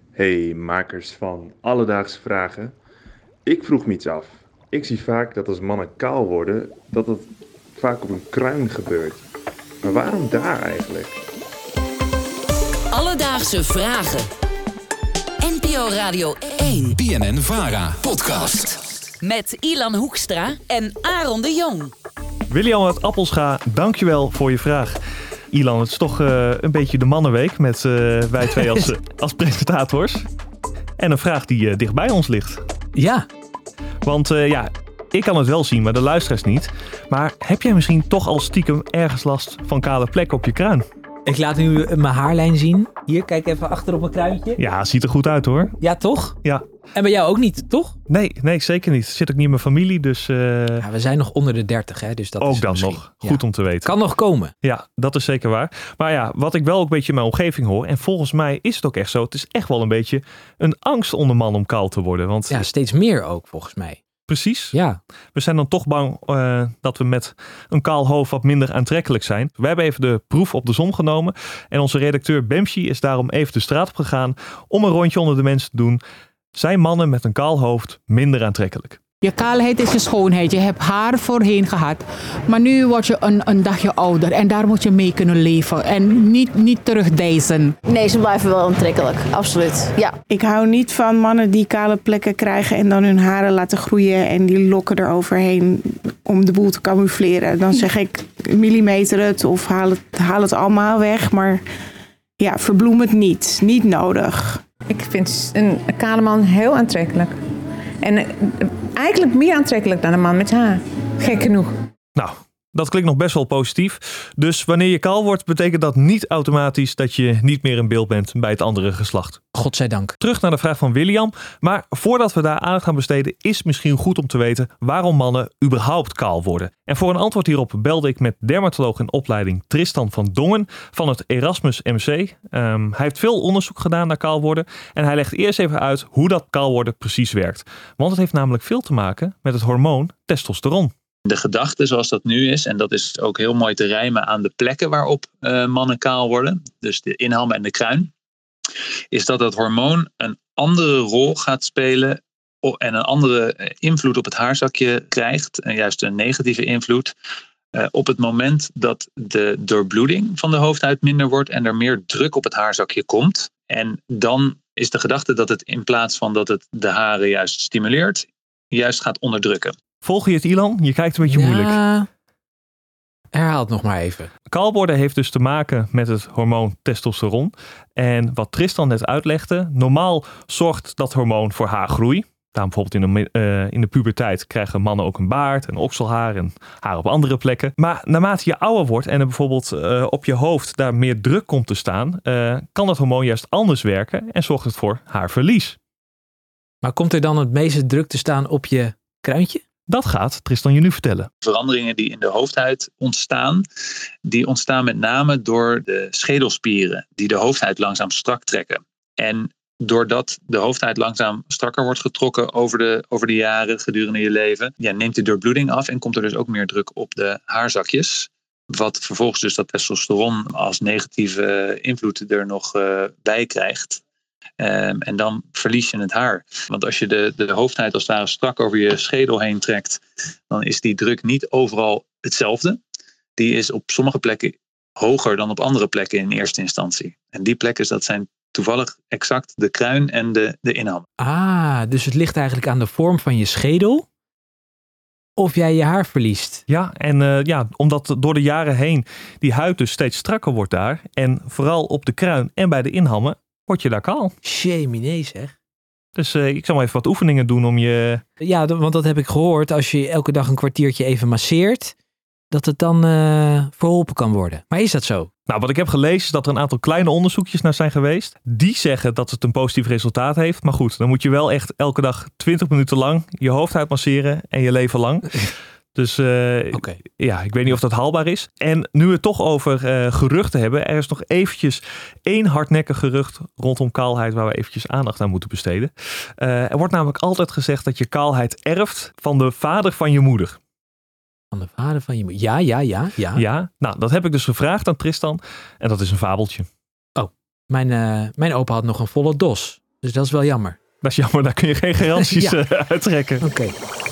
Hey, makers van Alledaagse Vragen. Ik vroeg me iets af. Ik zie vaak dat als mannen kaal worden, dat het vaak op hun kruin gebeurt. Maar waarom daar eigenlijk? Alledaagse Vragen. NPO Radio 1. BNN-VARA podcast. Met Ilan Hoekstra en Aaron de Jong. William uit Appelscha, dankjewel voor je vraag. Ilan, het is toch een beetje de mannenweek met wij twee als presentators. En een vraag die dicht bij ons ligt. Ja. Want ik kan het wel zien, maar de luisteraars niet. Maar heb jij misschien toch al stiekem ergens last van kale plekken op je kruin? Ik laat nu mijn haarlijn zien. Hier, kijk even achter op mijn kruintje. Ja, ziet er goed uit hoor. Ja, toch? Ja. En bij jou ook niet, toch? Nee, zeker niet. Zit ook niet in mijn familie, dus... Ja, we zijn nog onder de 30, hè? Dus dat ook is dan misschien, nog. Goed om te weten. Kan nog komen. Ja, dat is zeker waar. Maar ja, wat ik wel ook een beetje in mijn omgeving hoor... en volgens mij is het ook echt zo... het is echt wel een beetje een angst onder man om kaal te worden. Want Ja, steeds meer ook, volgens mij. precies. Ja. We zijn dan toch bang dat we met een kaal hoofd wat minder aantrekkelijk zijn. We hebben even de proef op de som genomen. En onze redacteur Bemshi is daarom even de straat op gegaan... om een rondje onder de mensen te doen. Zijn mannen met een kaal hoofd minder aantrekkelijk? Je kaalheid is je schoonheid. Je hebt haar voorheen gehad. Maar nu word je een dagje ouder. En daar moet je mee kunnen leven. En niet terugdijzen. Nee, ze blijven wel aantrekkelijk. Absoluut. Ja. Ik hou niet van mannen die kale plekken krijgen en dan hun haren laten groeien en die lokken eroverheen om de boel te camoufleren. Dan zeg ik millimeter het of haal het allemaal weg. Maar ja, verbloem het niet. Niet nodig. Ik vind een kale man heel aantrekkelijk. En eigenlijk meer aantrekkelijk dan een man met haar. Gek genoeg. Nou, dat klinkt nog best wel positief. Dus wanneer je kaal wordt, betekent dat niet automatisch dat je niet meer in beeld bent bij het andere geslacht. Godzijdank. Terug naar de vraag van William. Maar voordat we daar aandacht aan besteden, is het misschien goed om te weten waarom mannen überhaupt kaal worden. En voor een antwoord hierop belde ik met dermatoloog in opleiding Tristan van Dongen van het Erasmus MC. Hij heeft veel onderzoek gedaan naar kaal worden. En hij legt eerst even uit hoe dat kaal worden precies werkt. Want het heeft namelijk veel te maken met het hormoon testosteron. De gedachte zoals dat nu is, en dat is ook heel mooi te rijmen aan de plekken waarop mannen kaal worden, dus de inhammen en de kruin, is dat het hormoon een andere rol gaat spelen en een andere invloed op het haarzakje krijgt, en juist een negatieve invloed, op het moment dat de doorbloeding van de hoofdhuid minder wordt en er meer druk op het haarzakje komt. En dan is de gedachte dat het in plaats van dat het de haren juist stimuleert, juist gaat onderdrukken. Volg je het, Ilan? Je kijkt een beetje moeilijk. Herhaal het nog maar even. Kaal worden heeft dus te maken met het hormoon testosteron. En wat Tristan net uitlegde, normaal zorgt dat hormoon voor haargroei. Daarom bijvoorbeeld in de puberteit krijgen mannen ook een baard, een okselhaar en haar op andere plekken. Maar naarmate je ouder wordt en er bijvoorbeeld op je hoofd daar meer druk komt te staan, kan dat hormoon juist anders werken en zorgt het voor haarverlies. Maar komt er dan het meeste druk te staan op je kruintje? Dat gaat Tristan je nu vertellen. Veranderingen die in de hoofdhuid ontstaan, die ontstaan met name door de schedelspieren die de hoofdhuid langzaam strak trekken. En doordat de hoofdhuid langzaam strakker wordt getrokken over de jaren gedurende je leven, neemt de doorbloeding af en komt er dus ook meer druk op de haarzakjes. Wat vervolgens dus dat testosteron als negatieve invloed er nog bij krijgt. En dan verlies je het haar. Want als je de hoofdhuid als het ware strak over je schedel heen trekt, dan is die druk niet overal hetzelfde. Die is op sommige plekken hoger dan op andere plekken in eerste instantie. En die plekken, dat zijn toevallig exact de kruin en de inham. Ah, dus het ligt eigenlijk aan de vorm van je schedel of jij je haar verliest. Ja, en omdat door de jaren heen die huid dus steeds strakker wordt daar. En vooral op de kruin en bij de inhammen word je daar kaal. Jemine zeg. Dus ik zal maar even wat oefeningen doen om je... Ja, want dat heb ik gehoord. Als je elke dag een kwartiertje even masseert, dat het dan verholpen kan worden. Maar is dat zo? Nou, wat ik heb gelezen is dat er een aantal kleine onderzoekjes naar zijn geweest. Die zeggen dat het een positief resultaat heeft. Maar goed, dan moet je wel echt elke dag 20 minuten lang je hoofdhuid masseren en je leven lang. Dus ja, ik weet niet of dat haalbaar is. En nu we het toch over geruchten hebben. Er is nog eventjes één hardnekkig gerucht rondom kaalheid waar we eventjes aandacht aan moeten besteden. Er wordt namelijk altijd gezegd dat je kaalheid erft van de vader van je moeder. Van de vader van je moeder? Ja. Ja, nou dat heb ik dus gevraagd aan Tristan. En dat is een fabeltje. Oh, mijn opa had nog een volle dos. Dus dat is wel jammer. Dat is jammer, daar kun je geen garanties uittrekken. Oké.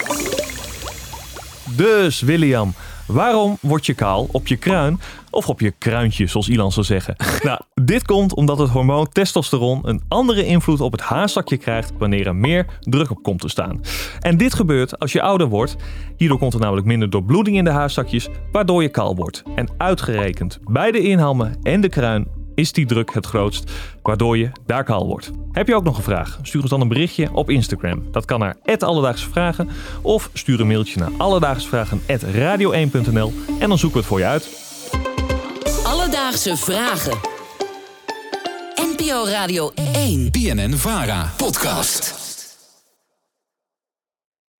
Dus William, waarom word je kaal op je kruin of op je kruintje, zoals Ilan zou zeggen? Nou, dit komt omdat het hormoon testosteron een andere invloed op het haarzakje krijgt wanneer er meer druk op komt te staan. En dit gebeurt als je ouder wordt. Hierdoor komt er namelijk minder doorbloeding in de haarzakjes, waardoor je kaal wordt. En uitgerekend bij de inhammen en de kruin is die druk het grootst, waardoor je daar kaal wordt. Heb je ook nog een vraag? Stuur ons dan een berichtje op Instagram. Dat kan naar @alledaagsvragen of stuur een mailtje naar alledaagsvragen@radio1.nl en dan zoeken we het voor je uit. Alledaagse vragen. NPO Radio 1. BNN-VARA podcast.